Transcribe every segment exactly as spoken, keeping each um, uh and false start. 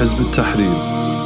حزب التحرير.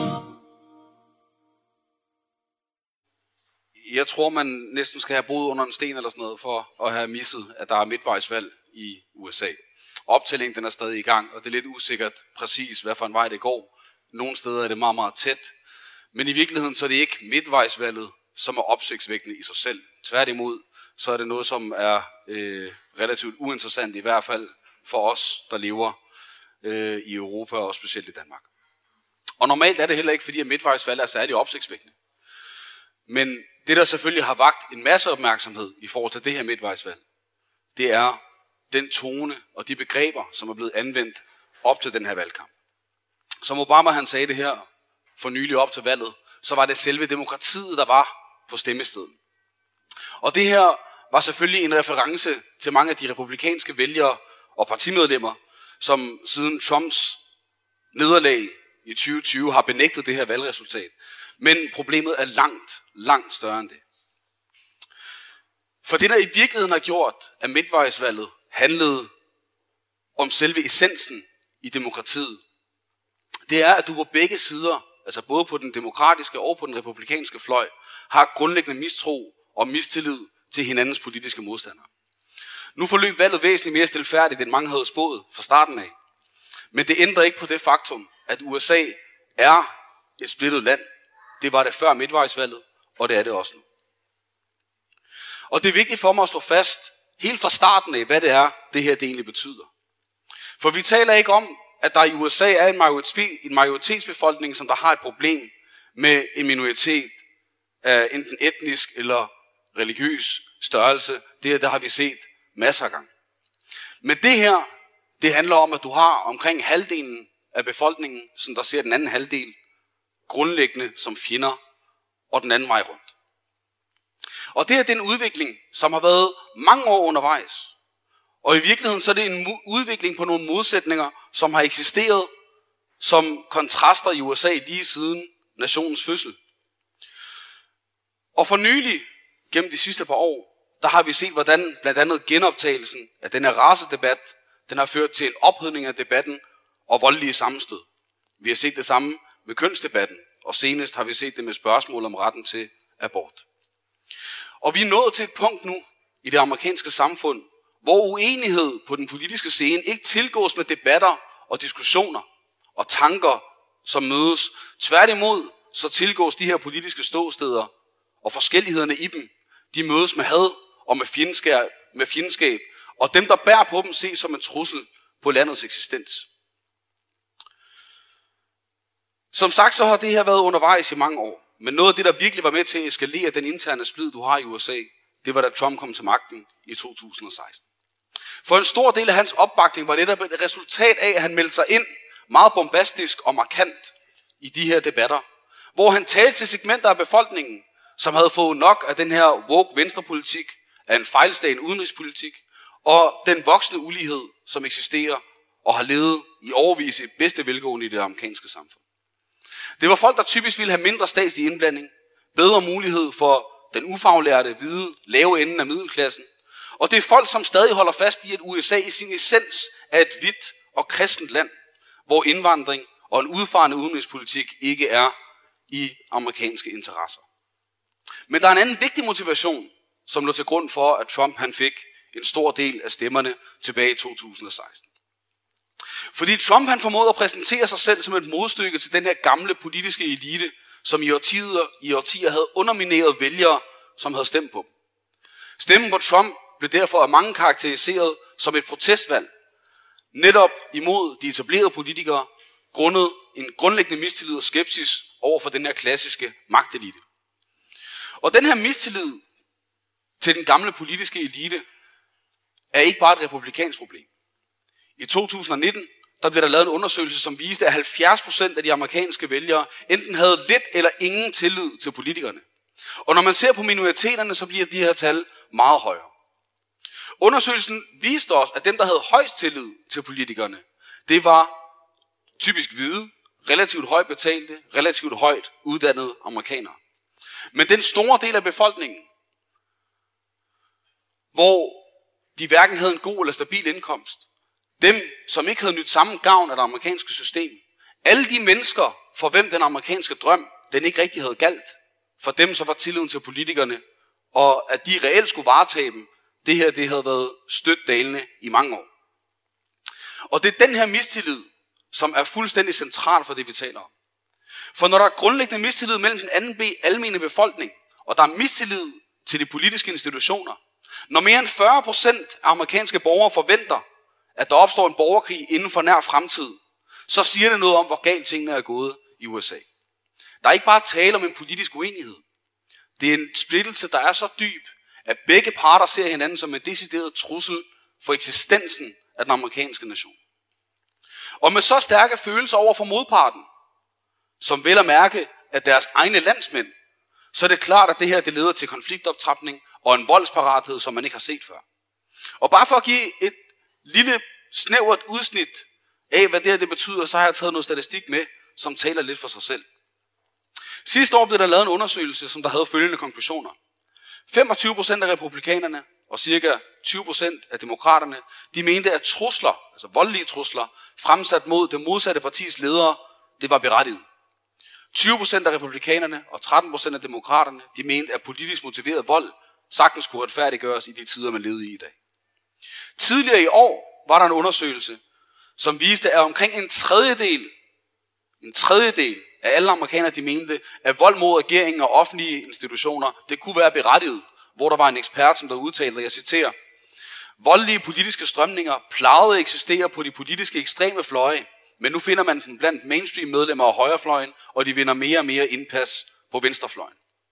Jeg tror, man næsten skal have boet under en sten eller sådan noget, for at have misset, at der er midtvejsvalg i U S A. Optællingen den er stadig i gang, og det er lidt usikkert præcis, hvad for en vej det går. Nogle steder er det meget, meget tæt. Men i virkeligheden så er det ikke midtvejsvalget, som er opsigtsvækkende i sig selv. Tværtimod, så er det noget, som er øh, relativt uinteressant, i hvert fald for os, der lever øh, i Europa og specielt i Danmark. Og normalt er det heller ikke, fordi at midtvejsvalg er særlig opsigtsvækkende. Men det, der selvfølgelig har vakt en masse opmærksomhed i forhold til det her midtvejsvalg, det er den tone og de begreber, som er blevet anvendt op til den her valgkamp. Som Obama han sagde det her for nylig op til valget, så var det selve demokratiet, der var på stemmestedet. Og det her var selvfølgelig en reference til mange af de republikanske vælgere og partimedlemmer, som siden Trumps nederlag i tyve tyve har benægtet det her valgresultat. Men problemet er langt, langt større end det. For det, der i virkeligheden har gjort, at midtvejsvalget handlede om selve essensen i demokratiet, det er, at du på begge sider, altså både på den demokratiske og på den republikanske fløj, har grundlæggende mistro og mistillid til hinandens politiske modstandere. Nu forløb valget væsentligt mere stilfærdigt, end mange havde spået fra starten af. Men det ændrer ikke på det faktum, at U S A er et splittet land. Det var det før midtvejsvalget, og det er det også nu. Og det er vigtigt for mig at stå fast helt fra starten af, hvad det er, det her det egentlig betyder. For vi taler ikke om, at der i U S A er en majoritetsbefolkning, som der har et problem med en minoritet af enten etnisk eller religiøs størrelse. Det her, der har vi set masser af gange. Men det her, det handler om, at du har omkring halvdelen af befolkningen, som der ser den anden halvdel, grundlæggende som fjender, og den anden vej rundt. Og det er den udvikling, som har været mange år undervejs. Og i virkeligheden så er det en udvikling på nogle modsætninger, som har eksisteret som kontraster i U S A lige siden nationens fødsel. Og for nylig, gennem de sidste par år, der har vi set, hvordan blandt andet genoptagelsen af den her racedebat, den har ført til en ophedning af debatten og voldelige sammenstød. Vi har set det samme med kønsdebatten, og senest har vi set det med spørgsmål om retten til abort. Og vi er nået til et punkt nu i det amerikanske samfund, hvor uenighed på den politiske scene ikke tilgås med debatter og diskussioner og tanker, som mødes. Tværtimod så tilgås de her politiske ståsteder og forskellighederne i dem, de mødes med had og med fjendskab, med fjendskab, og dem, der bærer på dem, ses som en trussel på landets eksistens. Som sagt, så har det her været undervejs i mange år. Men noget af det, der virkelig var med til at eskalere den interne splid, du har i U S A, det var da Trump kom til magten i to tusind og seksten. For en stor del af hans opbakning var det der et resultat af, at han meldte sig ind meget bombastisk og markant i de her debatter, hvor han talte til segmenter af befolkningen, som havde fået nok af den her woke venstrepolitik, af en fejlslagen udenrigspolitik, og den voksne ulighed, som eksisterer og har levet i årevis i bedste velgående i det amerikanske samfund. Det var folk, der typisk ville have mindre statslig indblanding, bedre mulighed for den ufaglærte, hvide, lave ende af middelklassen. Og det er folk, som stadig holder fast i, at U S A i sin essens er et hvidt og kristent land, hvor indvandring og en udfarende udenrigspolitik ikke er i amerikanske interesser. Men der er en anden vigtig motivation, som lå til grund for, at Trump han fik en stor del af stemmerne tilbage i to tusind og seksten. Fordi Trump han formåede at præsentere sig selv som et modstykke til den her gamle politiske elite, som i årtier, i årtier havde undermineret vælgere, som havde stemt på dem. Stemmen på Trump blev derfor af mange karakteriseret som et protestvalg, netop imod de etablerede politikere, grundet en grundlæggende mistillid og skepsis over for den her klassiske magtelite. Og den her mistillid til den gamle politiske elite er ikke bare et republikansk problem. I to tusind og nitten der blev der lavet en undersøgelse, som viste, at halvfjerds procent af de amerikanske vælgere enten havde lidt eller ingen tillid til politikerne. Og når man ser på minoriteterne, så bliver de her tal meget højere. Undersøgelsen viste os, at dem, der havde højst tillid til politikerne, det var typisk hvide, relativt højt betalte, relativt højt uddannede amerikanere. Men den store del af befolkningen, hvor de hverken havde en god eller stabil indkomst, dem, som ikke havde nyt samme gavn af det amerikanske system, Alle de mennesker, for hvem den amerikanske drøm, den ikke rigtig havde galt, for dem så var tilliden til politikerne, og at de reelt skulle varetage dem, det her det havde været stødt dalende i mange år. Og det er den her mistillid, som er fuldstændig central for det, vi taler om. For når der er grundlæggende mistillid mellem den anden almene befolkning, og der er mistillid til de politiske institutioner, når mere end fyrre procent af amerikanske borgere forventer, at der opstår en borgerkrig inden for nær fremtid, så siger det noget om, hvor galt tingene er gået i U S A. Der er ikke bare tale om en politisk uenighed. Det er en splittelse, der er så dyb, at begge parter ser hinanden som en decideret trussel for eksistensen af den amerikanske nation. Og med så stærke følelser over for modparten, som vel at mærke af deres egne landsmænd, så er det klart, at det her det leder til konfliktoptrapning og en voldsparathed, som man ikke har set før. Og bare for at give et lille snævert udsnit af, hvad det her det betyder, så har jeg taget noget statistik med, som taler lidt for sig selv. Sidste år blev der lavet en undersøgelse, som der havde følgende konklusioner. femogtyve procent af republikanerne og cirka tyve procent af demokraterne, de mente, at trusler, altså voldelige trusler, fremsat mod det modsatte partis ledere, det var berettiget. tyve procent af republikanerne og tretten procent af demokraterne, de mente, at politisk motiveret vold sagtens kunne retfærdiggøres i de tider, man levede i i dag. Tidligere i år var der en undersøgelse, som viste, at omkring en tredjedel, en tredjedel af alle amerikanere, de mente, at vold mod regeringen og offentlige institutioner, det kunne være berettiget, hvor der var en ekspert, som der udtalte, og jeg citerer, voldelige politiske strømninger plejede at eksistere på de politiske ekstreme fløje, men nu finder man den blandt mainstream medlemmer af højrefløjen, og de vinder mere og mere indpas på venstrefløjen.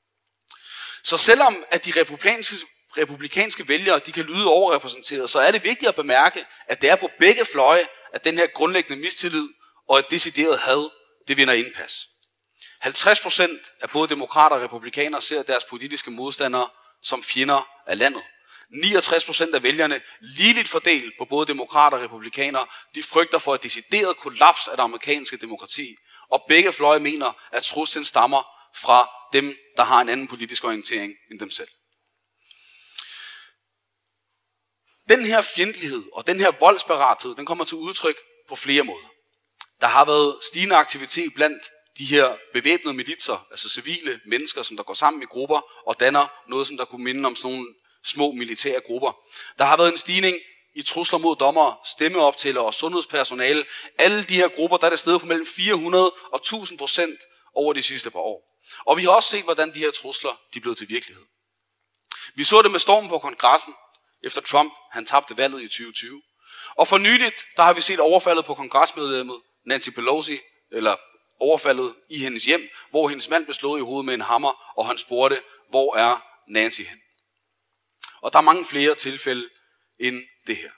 Så selvom at de republikanske, republikanske vælgere, de kan lyde overrepræsenteret, så er det vigtigt at bemærke, at det er på begge fløje, at den her grundlæggende mistillid og et decideret had, det vinder indpas. halvtreds procent af både demokrater og republikanere ser deres politiske modstandere som fjender af landet. niogtres procent af vælgerne, ligeligt fordelt på både demokrater og republikanere, de frygter for et decideret kollaps af det amerikanske demokrati. Og begge fløje mener, at truslen stammer fra dem, der har en anden politisk orientering end dem selv. Den her fjendtlighed og den her voldsparathed, den kommer til udtryk på flere måder. Der har været stigende aktivitet blandt de her bevæbnede militser, altså civile mennesker, som der går sammen i grupper og danner noget, som der kunne minde om sådan nogle små militære grupper. Der har været en stigning i trusler mod dommere, stemmeoptællere og sundhedspersonale. Alle de her grupper, der er det steget på mellem fire hundrede og tusind procent over de sidste par år. Og vi har også set, hvordan de her trusler de er blevet til virkelighed. Vi så det med stormen på kongressen, efter Trump han tabte valget i tyve tyve. Og for nyligt, der har vi set overfaldet på kongresmedlemmet Nancy Pelosi, eller overfaldet i hendes hjem, hvor hendes mand blev slået i hovedet med en hammer, og han spurgte, hvor er Nancy hen? Og der er mange flere tilfælde end det her.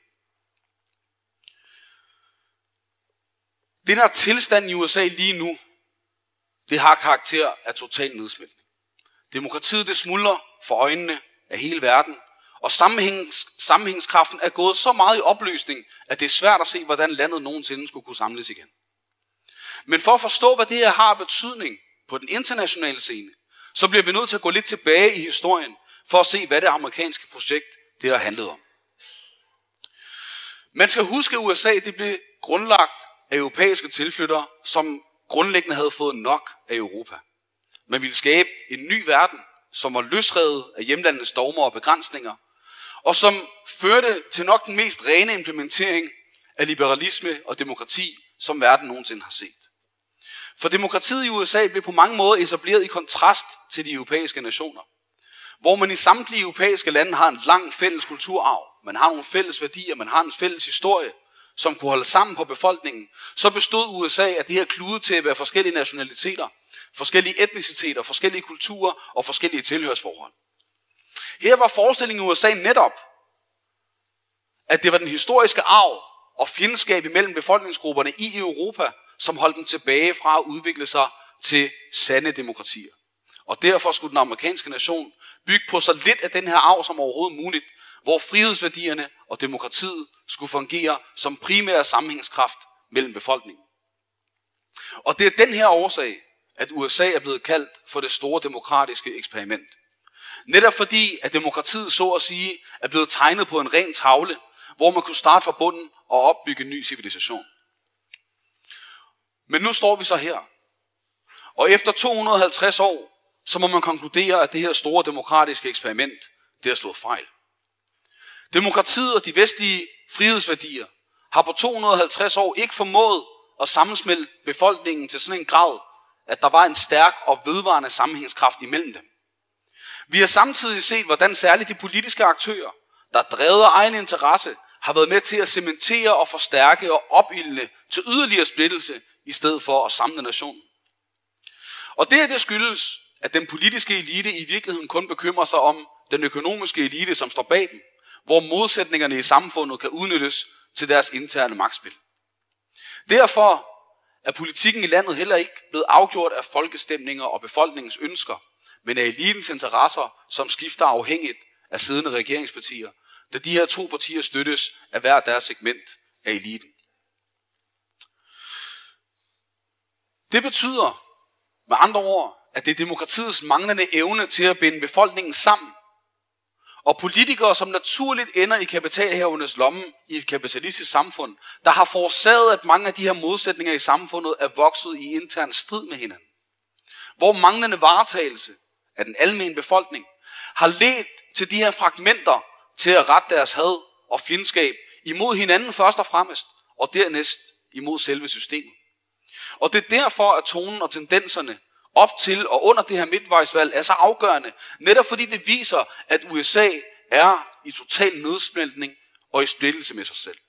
Den her tilstand i U S A lige nu, det har karakter af total nedsmeltning. Demokratiet det smuldrer for øjnene af hele verden, og sammenhængs, sammenhængskraften er gået så meget i opløsning, at det er svært at se, hvordan landet nogensinde skulle kunne samles igen. Men for at forstå, hvad det her har betydning på den internationale scene, så bliver vi nødt til at gå lidt tilbage i historien, for at se, hvad det amerikanske projekt det har handlet om. Man skal huske, at U S A det blev grundlagt af europæiske tilflyttere, som grundlæggende havde fået nok af Europa. Man ville skabe en ny verden, som var løsrevet af hjemlandets dogmer og begrænsninger, og som førte til nok den mest rene implementering af liberalisme og demokrati, som verden nogensinde har set. For demokratiet i U S A blev på mange måder etableret i kontrast til de europæiske nationer, hvor man i samtlige europæiske lande har en lang fælles kulturarv, man har nogle fælles værdier, man har en fælles historie, som kunne holde sammen på befolkningen, så bestod U S A af det her kludetæppe af forskellige nationaliteter, forskellige etniciteter, forskellige kulturer og forskellige tilhørsforhold. Her var forestillingen i U S A netop, at det var den historiske arv og fjendskab imellem befolkningsgrupperne i Europa, som holdt dem tilbage fra at udvikle sig til sande demokratier. Og derfor skulle den amerikanske nation bygge på så lidt af den her arv som overhovedet muligt, hvor frihedsværdierne og demokratiet skulle fungere som primær sammenhængskraft mellem befolkningen. Og det er den her årsag, at U S A er blevet kaldt for det store demokratiske eksperiment. Netop fordi, at demokratiet så at sige er blevet tegnet på en ren tavle, hvor man kunne starte fra bunden og opbygge en ny civilisation. Men nu står vi så her. Og efter to hundrede og halvtreds år, så må man konkludere, at det her store demokratiske eksperiment, det har slået fejl. Demokratiet og de vestlige frihedsværdier har på to hundrede og halvtreds år ikke formået at sammensmelte befolkningen til sådan en grad, at der var en stærk og vedvarende sammenhængskraft imellem dem. Vi har samtidig set, hvordan særligt de politiske aktører, der drevet af egen interesse, har været med til at cementere og forstærke og opildne til yderligere splittelse, i stedet for at samle nationen. Og det er det skyldes, at den politiske elite i virkeligheden kun bekymrer sig om den økonomiske elite, som står bag dem, hvor modsætningerne i samfundet kan udnyttes til deres interne magtspil. Derfor er politikken i landet heller ikke blevet afgjort af folkestemninger og befolkningens ønsker, men af elitens interesser, som skifter afhængigt af siddende regeringspartier, da de her to partier støttes af hver deres segment af eliten. Det betyder med andre ord, at det er demokratiets manglende evne til at binde befolkningen sammen, og politikere, som naturligt ender i kapitalhavernes lomme i et kapitalistisk samfund, der har forårsaget, at mange af de her modsætninger i samfundet er vokset i intern strid med hinanden. Hvor manglende varetagelse af den almene befolkning har ledt til de her fragmenter til at rette deres had og fjendskab imod hinanden først og fremmest, og dernæst imod selve systemet. Og det er derfor, at tonen og tendenserne op til og under det her midtvejsvalg er så afgørende, netop fordi det viser, at U S A er i total nedsmeltning og i splittelse med sig selv.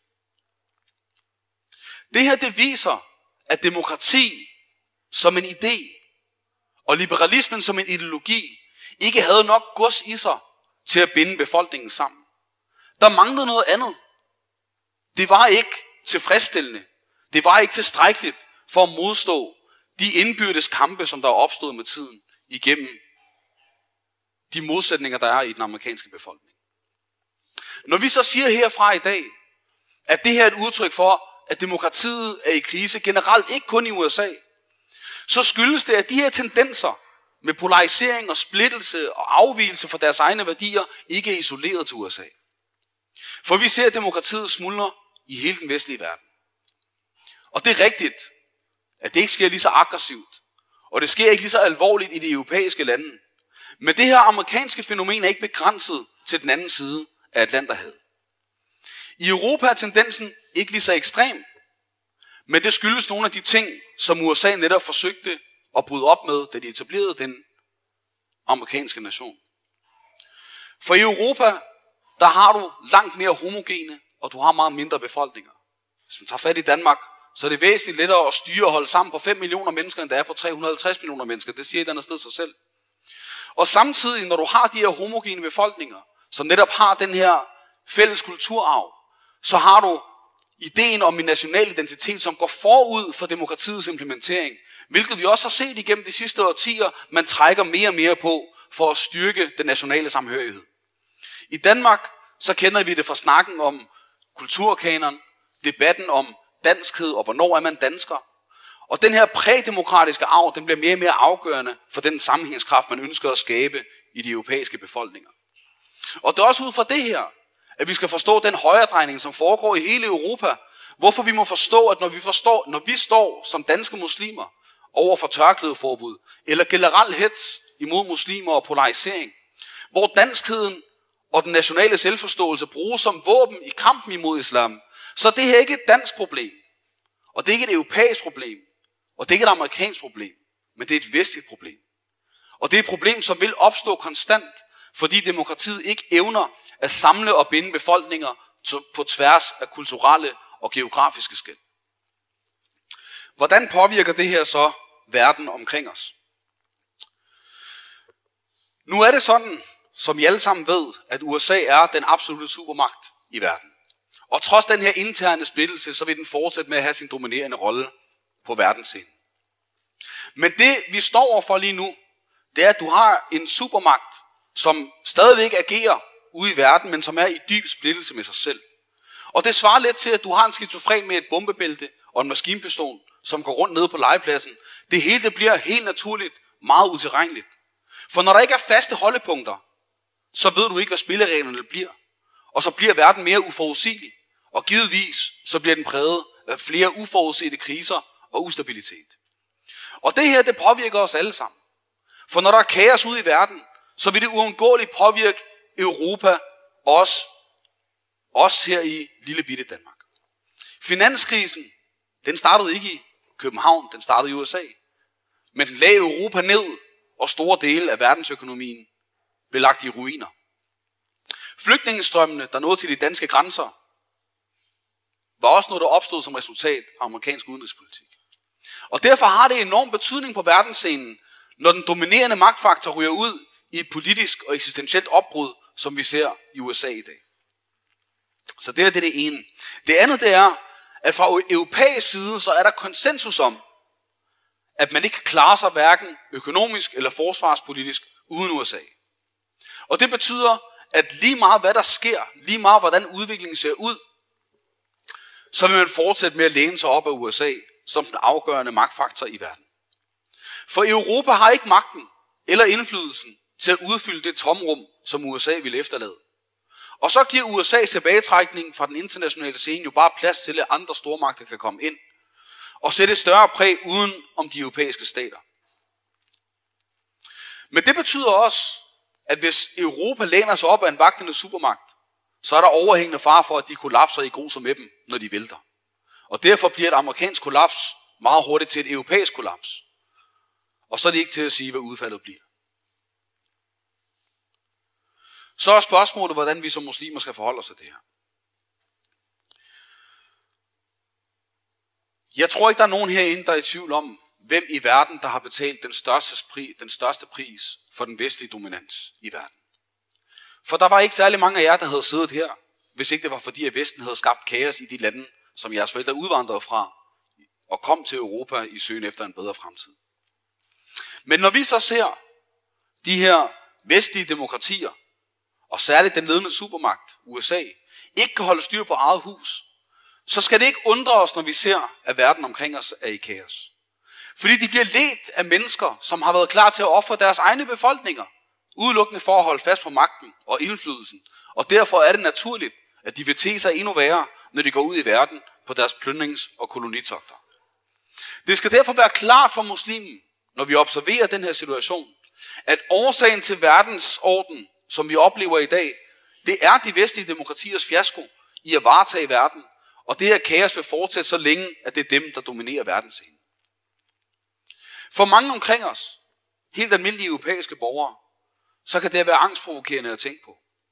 Det her det viser, at demokrati som en idé og liberalismen som en ideologi ikke havde nok gods i sig til at binde befolkningen sammen. Der manglede noget andet. Det var ikke tilfredsstillende. Det var ikke tilstrækkeligt for at modstå de indbyrdes kampe, som der er opstået med tiden igennem de modsætninger, der er i den amerikanske befolkning. Når vi så siger herfra i dag, at det her er et udtryk for, at demokratiet er i krise generelt, ikke kun i U S A, så skyldes det, at de her tendenser med polarisering og splittelse og afvigelse fra deres egne værdier ikke er isoleret til U S A. For vi ser, at demokratiet smuldrer i hele den vestlige verden. Og det er rigtigt, at det ikke sker lige så aggressivt, og det sker ikke lige så alvorligt i de europæiske lande. Men det her amerikanske fænomen er ikke begrænset til den anden side af Atlanterhavet. I Europa er tendensen ikke lige så ekstrem, men det skyldes nogle af de ting, som U S A netop forsøgte at bryde op med, da de etablerede den amerikanske nation. For i Europa, der har du langt mere homogene, og du har meget mindre befolkninger. Hvis man tager fat i Danmark, så er det væsentligt lettere at styre og holde sammen på fem millioner mennesker, end der er på tre hundrede og halvtreds millioner mennesker. Det siger et andet sted sig selv. Og samtidig, når du har de her homogene befolkninger, som netop har den her fælles kulturarv, så har du ideen om en national identitet, som går forud for demokratiets implementering, hvilket vi også har set igennem de sidste årtier, man trækker mere og mere på for at styrke den nationale samhørighed. I Danmark, så kender vi det fra snakken om kulturkanon, debatten om danskhed og hvornår er man dansker. Og den her prædemokratiske arv, den bliver mere og mere afgørende for den sammenhængskraft, man ønsker at skabe i de europæiske befolkninger. Og det er også ud fra det her, at vi skal forstå den højredrejning, som foregår i hele Europa. Hvorfor vi må forstå, at når vi, forstår, når vi står som danske muslimer over for tørklædeforbud, eller generelt hets imod muslimer og polarisering, hvor danskheden og den nationale selvforståelse bruges som våben i kampen imod islam, så det her er ikke et dansk problem, og det er ikke et europæisk problem, og det er ikke et amerikansk problem, men det er et vestligt problem. Og det er et problem, som vil opstå konstant, fordi demokratiet ikke evner at samle og binde befolkninger på tværs af kulturelle og geografiske skel. Hvordan påvirker det her så verden omkring os? Nu er det sådan, som I alle sammen ved, at U S A er den absolutte supermagt i verden. Og trods den her interne splittelse, så vil den fortsætte med at have sin dominerende rolle på verdensscenen. Men det, vi står overfor lige nu, det er, at du har en supermagt, som stadigvæk agerer ude i verden, men som er i dyb splittelse med sig selv. Og det svarer lidt til, at du har en skizofren med et bombebælte og en maskinpistol, som går rundt nede på legepladsen. Det hele det bliver helt naturligt meget utilregneligt. For når der ikke er faste holdepunkter, så ved du ikke, hvad spillereglerne bliver. Og så bliver verden mere uforudsigelig. Og givetvis så bliver den præget af flere uforudsete kriser og ustabilitet. Og det her, det påvirker os alle sammen. For når der er kaos ude i verden, så vil det uundgåeligt påvirke Europa, os, os her i lille bitte Danmark. Finanskrisen, den startede ikke i København, den startede i U S A. Men den lagde Europa ned, og store dele af verdensøkonomien blev lagt i ruiner. Flygtningestrømmene, der nåede til de danske grænser, var også noget, der opstod som resultat af amerikansk udenrigspolitik. Og derfor har det enorm betydning på verdensscenen, når den dominerende magtfaktor ryger ud i et politisk og eksistentielt opbrud, som vi ser i U S A i dag. Så det er det, det ene. Det andet det er, at fra europæisk side, så er der konsensus om, at man ikke kan klare sig hverken økonomisk eller forsvarspolitisk uden U S A. Og det betyder, at lige meget hvad der sker, lige meget hvordan udviklingen ser ud, så vil man fortsætte med at læne sig op af U S A som den afgørende magtfaktor i verden. For Europa har ikke magten eller indflydelsen til at udfylde det tomrum, som U S A vil efterlade. Og så giver U S A's tilbagetrækning fra den internationale scene jo bare plads til, at andre stormagter kan komme ind og sætte et større præg uden om de europæiske stater. Men det betyder også, at hvis Europa læner sig op af en vagtende supermagt, så er der overhængende fare for, at de kollapser i gruser med dem, når de vælter. Og derfor bliver et amerikansk kollaps meget hurtigt til et europæisk kollaps. Og så er det ikke til at sige, hvad udfaldet bliver. Så er spørgsmålet, hvordan vi som muslimer skal forholde os til det her. Jeg tror ikke, der er nogen herinde, der er i tvivl om, hvem i verden, der har betalt den største, pris, den største pris for den vestlige dominans i verden. For der var ikke særlig mange af jer, der havde siddet her, hvis ikke det var fordi, at Vesten havde skabt kaos i de lande, som jeres forældre udvandrede fra, og kom til Europa i søgen efter en bedre fremtid. Men når vi så ser de her vestlige demokratier, og særligt den ledende supermagt, U S A, ikke kan holde styr på eget hus, så skal det ikke undre os, når vi ser, at verden omkring os er i kaos. Fordi de bliver ledt af mennesker, som har været klar til at ofre deres egne befolkninger, udelukkende for at holde fast på magten og indflydelsen. Og derfor er det naturligt, at de vil te sig endnu værre, når de går ud i verden på deres plyndrings- og kolonitogter. Det skal derfor være klart for muslimen, når vi observerer den her situation, at årsagen til verdensorden, som vi oplever i dag, det er de vestlige demokratiers fiasko i at varetage verden, og det her kaos vil fortsætte så længe, at det er dem, der dominerer verdensscenen. For mange omkring os, helt almindelige europæiske borgere, så kan det være angstprovokerende at tænke på.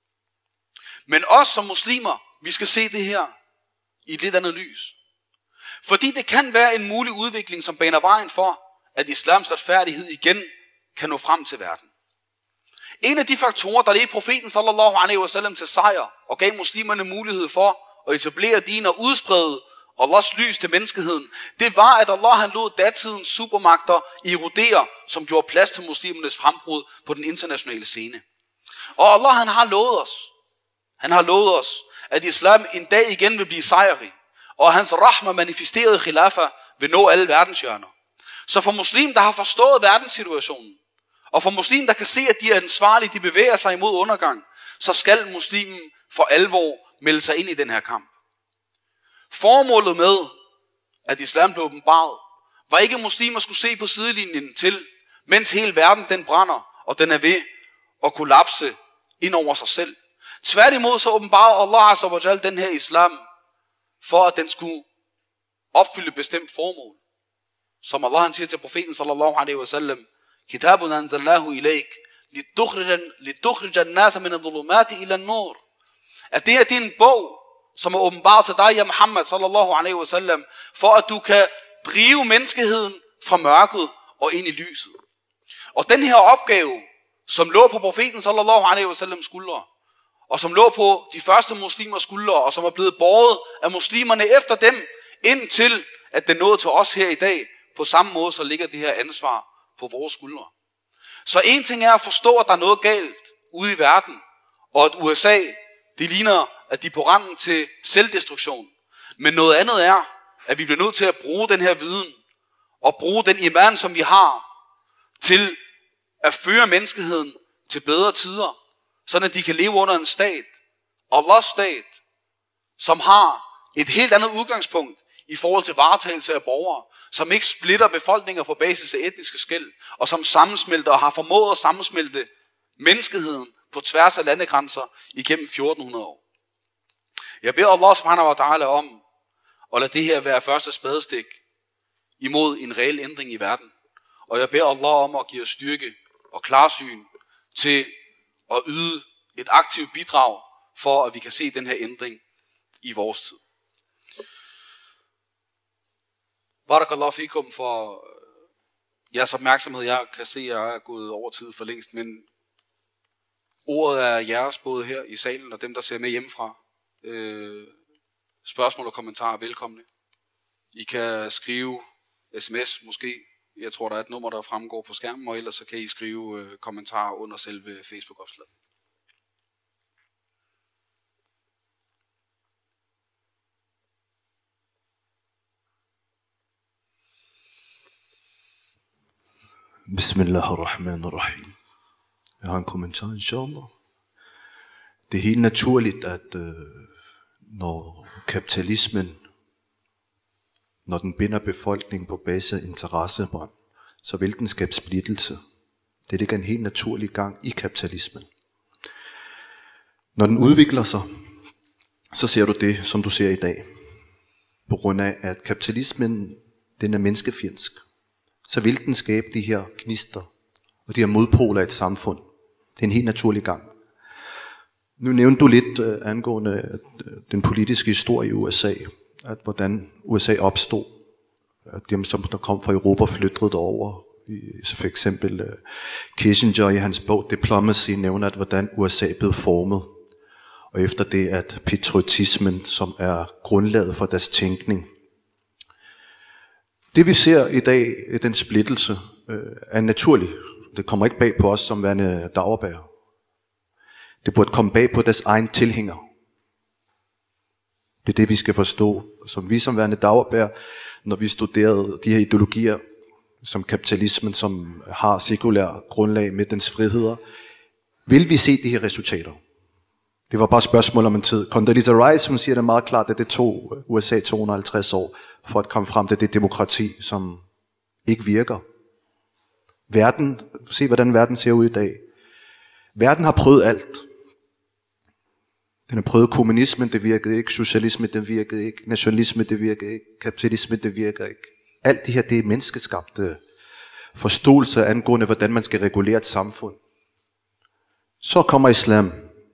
Men os som muslimer, vi skal se det her i et lidt andet lys. Fordi det kan være en mulig udvikling, som baner vejen for, at islams retfærdighed igen kan nå frem til verden. En af de faktorer, der ledte profeten sallallahu alaihi wasallam til sejr og gav muslimerne mulighed for at etablere din og udsprede Allahs lys til menneskeheden, det var, at Allah han lod datidens supermagter erodere, som gjorde plads til muslimernes frembrud på den internationale scene. Og Allah han har lovet os, han har lovet os, at islam en dag igen vil blive sejrig, og hans rahma manifesterede khilafa vil nå alle verdenshjørner. Så for muslimer, der har forstået verdenssituationen, og for muslimer, der kan se, at de er ansvarlige, de bevæger sig imod undergang, så skal muslimen for alvor melde sig ind i den her kamp. Formålet med, at islam blev åbenbaret, var ikke, at muslimer skulle se på sidelinjen til, mens hele verden den brænder, og den er ved at kollapse ind over sig selv. Tværtimod så åbenbarede Allah azza wa jal den her islam, for at den skulle opfylde bestemt formål. Som Allah han siger til profeten sallallahu alaihi wasallam, Kitabun anzalnahu ilayk litukhrija an-nasa min adh-dhulumati ila an-nur. At det er din bog, som er åbenbart til dig, ja Muhammad sallallahu alaihi wasallam, for at du kan drive menneskeheden fra mørket og ind i lyset. Og den her opgave, som lå på profeten sallallahu alaihi wasallams skuldre, og som lå på de første muslimers skuldre, og som er blevet båret af muslimerne efter dem, indtil at den nåede til os her i dag, på samme måde så ligger det her ansvar på vores skuldre. Så en ting er at forstå, at der er noget galt ude i verden, og at U S A, det ligner, at de er på randen til selvdestruktion. Men noget andet er, at vi bliver nødt til at bruge den her viden, og bruge den iman, som vi har, til at føre menneskeheden til bedre tider, sådan at de kan leve under en stat, Allahs stat, som har et helt andet udgangspunkt, i forhold til varetagelse af borgere, som ikke splitter befolkninger på basis af etniske skel, og som sammensmelter og har formået at sammensmelte menneskeheden på tværs af landegrænser igennem fjorten hundrede år. Jeg beder Allah subhanahu wa ta'ala om at lade det her være første spadestik imod en reel ændring i verden. Og jeg beder Allah om at give os styrke og klarsyn til at yde et aktivt bidrag for, at vi kan se den her ændring i vores tid. Barakallahu fikum for jeres opmærksomhed. Jeg kan se, at jeg er gået over tid for længst, men ordet er jeres, både her i salen og dem, der ser med hjemmefra. Øh, spørgsmål og kommentarer er velkomne. I kan skrive sms måske. Jeg tror, der er et nummer, der fremgår på skærmen, og ellers så kan I skrive øh, kommentarer under selve Facebook-opslaget. Bismillahirrahmanirrahim. Jeg har en kommentar, inshallah. Det er helt naturligt, at øh, når kapitalismen, når den binder befolkningen på basis af interessebånd, så vil den skabe splittelse. Det ligger en helt naturlig gang i kapitalismen. Når den udvikler sig, så ser du det, som du ser i dag. På grund af, at kapitalismen, den er menneskefjendsk, så vil den skabe de her gnister og de her modpoler i et samfund. Det er en helt naturlig gang. Nu nævnte du lidt uh, angående uh, den politiske historie i U S A, at hvordan U S A opstod, at dem, som der kom fra Europa, flyttede derover. Så for eksempel uh, Kissinger i hans bog Diplomacy nævner, at hvordan U S A blev formet. Og efter det, at patriotismen, som er grundlaget for deres tænkning. Det vi ser i dag, den splittelse, øh, er naturlig. Det kommer ikke bag på os som værende dagbærer. Det burde komme bag på deres egen tilhænger. Det er det, vi skal forstå. Som vi som værende dagbærer, når vi studerede de her ideologier, som kapitalismen, som har sekulær grundlag med dens friheder, vil vi se de her resultater. Det var bare et spørgsmål om en tid. Condoleezza Rice, hun siger det meget klart, at det tog U S A to hundrede og halvtreds år for at komme frem til det demokrati, som ikke virker. Verden, se hvordan verden ser ud i dag. Verden har prøvet alt. Den har prøvet kommunismen, det virkede ikke. Socialisme, det virkede ikke. Nationalisme, det virkede ikke. Kapitalisme, det virker ikke. Alt det her, det er menneskeskabte forståelse angående, hvordan man skal regulere et samfund. Så kommer islam.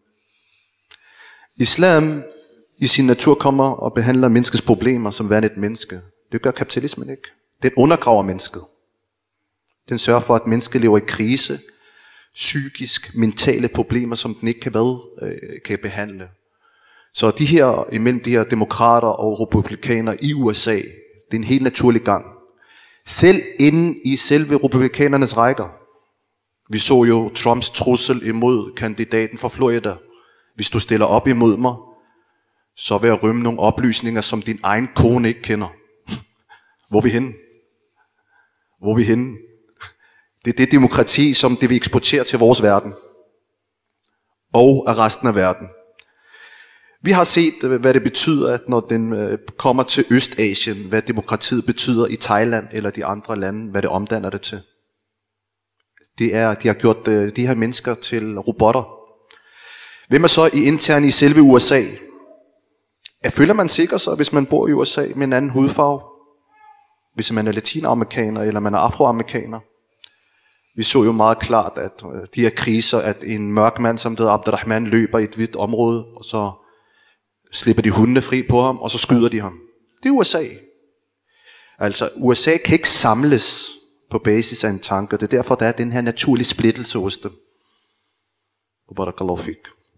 Islam i sin natur kommer og behandler menneskets problemer som værende et menneske. Det gør kapitalismen ikke. Den undergraver mennesket. Den sørger for, at mennesket lever i krise, psykisk, mentale problemer, som den ikke kan, hvad, øh, kan behandle. Så de her, imellem de her demokrater og republikanere i U S A, det er en helt naturlig gang. Selv inde i selve republikanernes rækker. Vi så jo Trumps trussel imod kandidaten fra Florida. Hvis du stiller op imod mig, så vil jeg rømme nogle oplysninger, som din egen kone ikke kender. Hvor er vi henne? Hvor er vi henne? Det er det demokrati, som det vi eksporterer til vores verden. Og af resten af verden. Vi har set, hvad det betyder, at når den kommer til Østasien, hvad demokratiet betyder i Thailand eller de andre lande, hvad det omdanner det til. Det er, de har gjort de her mennesker til robotter. Hvem er så i intern i selve U S A? Jeg føler man sikker sig, hvis man bor i U S A med en anden hudfarve? Hvis man er latinamerikaner eller man er afroamerikaner? Vi så jo meget klart, at de her kriser, at en mørk mand, som hedder Abdurrahman, løber i et hvidt område, og så slipper de hundene fri på ham, og så skyder de ham. Det er U S A. Altså, U S A kan ikke samles på basis af en tanke. Det er derfor, der er den her naturlige splittelse hos dem. Barakallahu fik.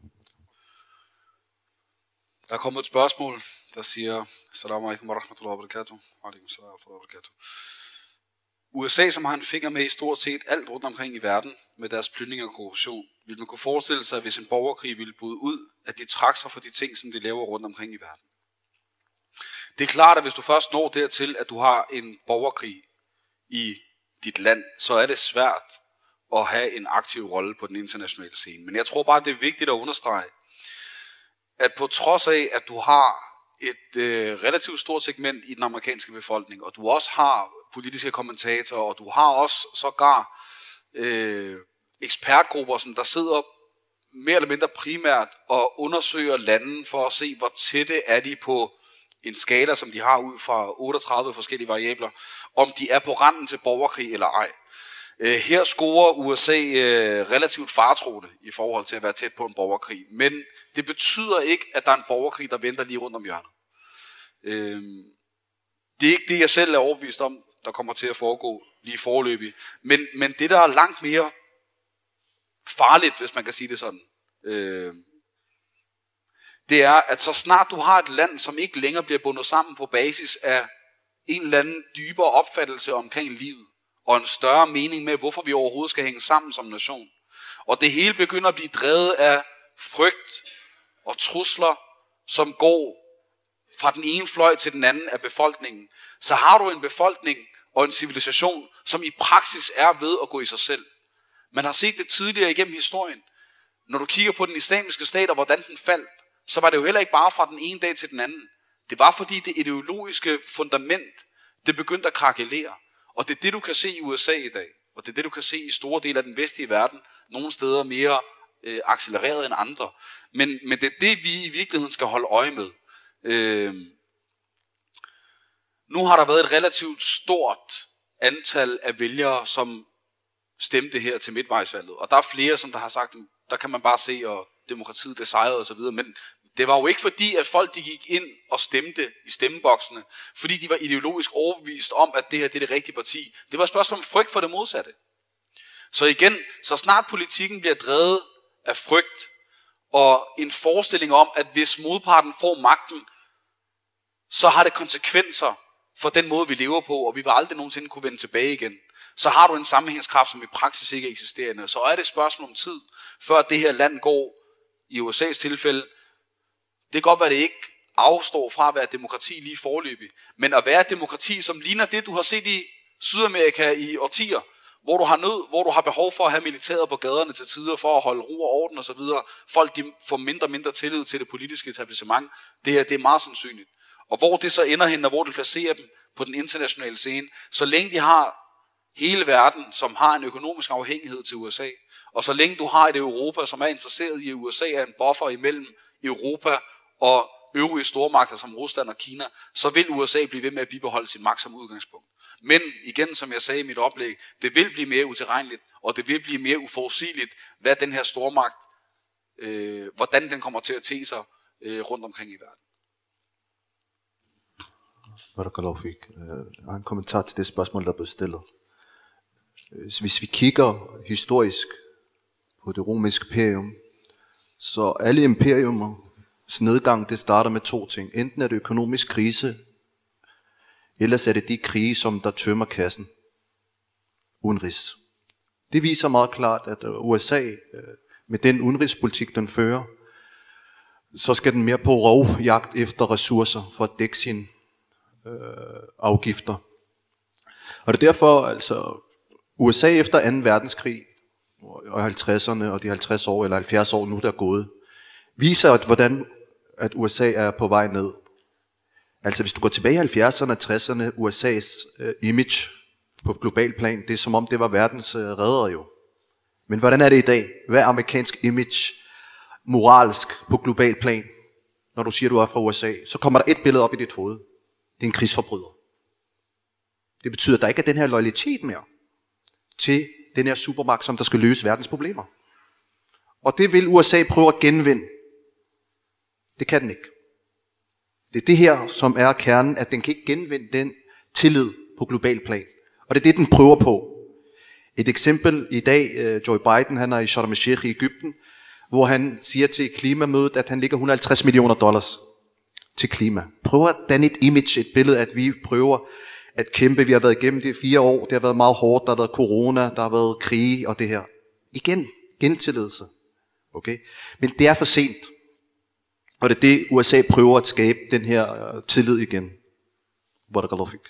Der er kommet et spørgsmål, der siger, Assalamu alaikum wa rahmatullahi wa barakatuh. Wa alaikum salam wa rahmatullahi wa barakatuh. U S A, som har en finger med i stort set alt rundt omkring i verden, med deres plyndring og korruption, vil man kunne forestille sig, at hvis en borgerkrig ville bryde ud, at de trak sig for de ting, som de laver rundt omkring i verden. Det er klart, at hvis du først når dertil, at du har en borgerkrig i dit land, så er det svært at have en aktiv rolle på den internationale scene. Men jeg tror bare, det er vigtigt at understrege, at på trods af, at du har et øh, relativt stort segment i den amerikanske befolkning, og du også har politiske kommentatorer, og du har også sågar øh, ekspertgrupper, som der sidder mere eller mindre primært og undersøger landen for at se, hvor tætte er de på en skala, som de har ud fra otteogtredive forskellige variabler, om de er på randen til borgerkrig eller ej. Her scorer U S A relativt faretroende i forhold til at være tæt på en borgerkrig, men det betyder ikke, at der er en borgerkrig, der venter lige rundt om hjørnet. Det er ikke det, jeg selv er overbevist om, der kommer til at foregå lige foreløbig, men, men det, der er langt mere farligt, hvis man kan sige det sådan, det er, at så snart du har et land, som ikke længere bliver bundet sammen på basis af en eller anden dybere opfattelse omkring livet, og en større mening med, hvorfor vi overhovedet skal hænge sammen som nation. Og det hele begynder at blive drevet af frygt og trusler, som går fra den ene fløj til den anden af befolkningen. Så har du en befolkning og en civilisation, som i praksis er ved at gå i sig selv. Man har set det tidligere igennem historien. Når du kigger på den islamiske stat og hvordan den faldt, så var det jo heller ikke bare fra den ene dag til den anden. Det var fordi det ideologiske fundament, det begyndte at krakelere. Og det er det, du kan se i U S A i dag. Og det er det, du kan se i store dele af den vestlige verden. Nogle steder mere øh, accelereret end andre. Men, men det er det, vi i virkeligheden skal holde øje med. Øh, nu har der været et relativt stort antal af vælgere, som stemte her til midtvejsvalget. Og der er flere, som der har sagt, der kan man bare se, og demokratiet det sejrede osv. Men det var jo ikke fordi, at folk de gik ind og stemte i stemmeboksene, fordi de var ideologisk overbevist om, at det her det er det rigtige parti. Det var et spørgsmål om frygt for det modsatte. Så igen, så snart politikken bliver drevet af frygt, og en forestilling om, at hvis modparten får magten, så har det konsekvenser for den måde, vi lever på, og vi vil aldrig nogensinde kunne vende tilbage igen. Så har du en sammenhængskraft, som i praksis ikke er eksisterende. Så er det et spørgsmål om tid, før det her land går, i U S A's tilfælde. Det kan godt være, at det ikke afstår fra at være demokrati lige forløbig, men at være et demokrati, som ligner det, du har set i Sydamerika i årtier, hvor du har nød, hvor du har behov for at have militæret på gaderne til tider, for at holde ro og orden osv. Folk de får mindre og mindre tillid til det politiske etablissement. Det her det er meget sandsynligt. Og hvor det så ender hen, og hvor det placerer dem på den internationale scene, så længe de har hele verden, som har en økonomisk afhængighed til U S A, og så længe du har et Europa, som er interesseret i, at U S A er en buffer imellem Europa og øvrige stormagter som Rusland og Kina, så vil U S A blive ved med at bibeholde sin magt som udgangspunkt. Men igen, som jeg sagde i mit oplæg, det vil blive mere utilregneligt, og det vil blive mere uforudsigeligt, hvad den her stormagt, øh, hvordan den kommer til at te sig øh, rundt omkring i verden. Barakallahu fik. Jeg har en kommentar til det spørgsmål, der blev stillet. Hvis vi kigger historisk på det romerske imperium, så alle imperiumers nedgang, det starter med to ting. Enten er det økonomisk krise, ellers er det de krige, som der tømmer kassen. Udenrigs. Det viser meget klart, at U S A med den udenrigspolitik, den fører, så skal den mere på rovjagt efter ressourcer for at dække sine øh, afgifter. Og det er derfor, altså U S A efter anden verdenskrig, og halvtredserne og de halvtreds år eller halvfjerds år nu, der er gået, viser, at hvordan at U S A er på vej ned. Altså hvis du går tilbage i halvfjerdserne og tresserne, U S A's øh, image på global plan, det er som om det var verdens øh, redder jo. Men hvordan er det i dag? Hvad er amerikansk image moralsk på global plan? Når du siger, du er fra U S A, så kommer der et billede op i dit hoved. Det er en krigsforbryder. Det betyder, at der ikke er den her loyalitet mere til den her supermagt, som der skal løse verdens problemer. Og det vil U S A prøve at genvinde. Det kan den ikke. Det er det her, som er kernen, at den kan ikke genvinde den tillid på global plan. Og det er det, den prøver på. Et eksempel i dag, Joe Biden, han er i Sharm el-Sheikh i Egypten, hvor han siger til klimamødet, at han ligger et hundrede og halvtreds millioner dollars til klima. Prøver at danne et image, et billede, at vi prøver at kæmpe. Vi har været igennem det fire år, det har været meget hårdt, der har været corona, der har været krige og det her. Igen, gentilledelse. Okay? Men det er for sent. Og det er det, U S A prøver at skabe den her uh, tillid igen. Barakallahu fik.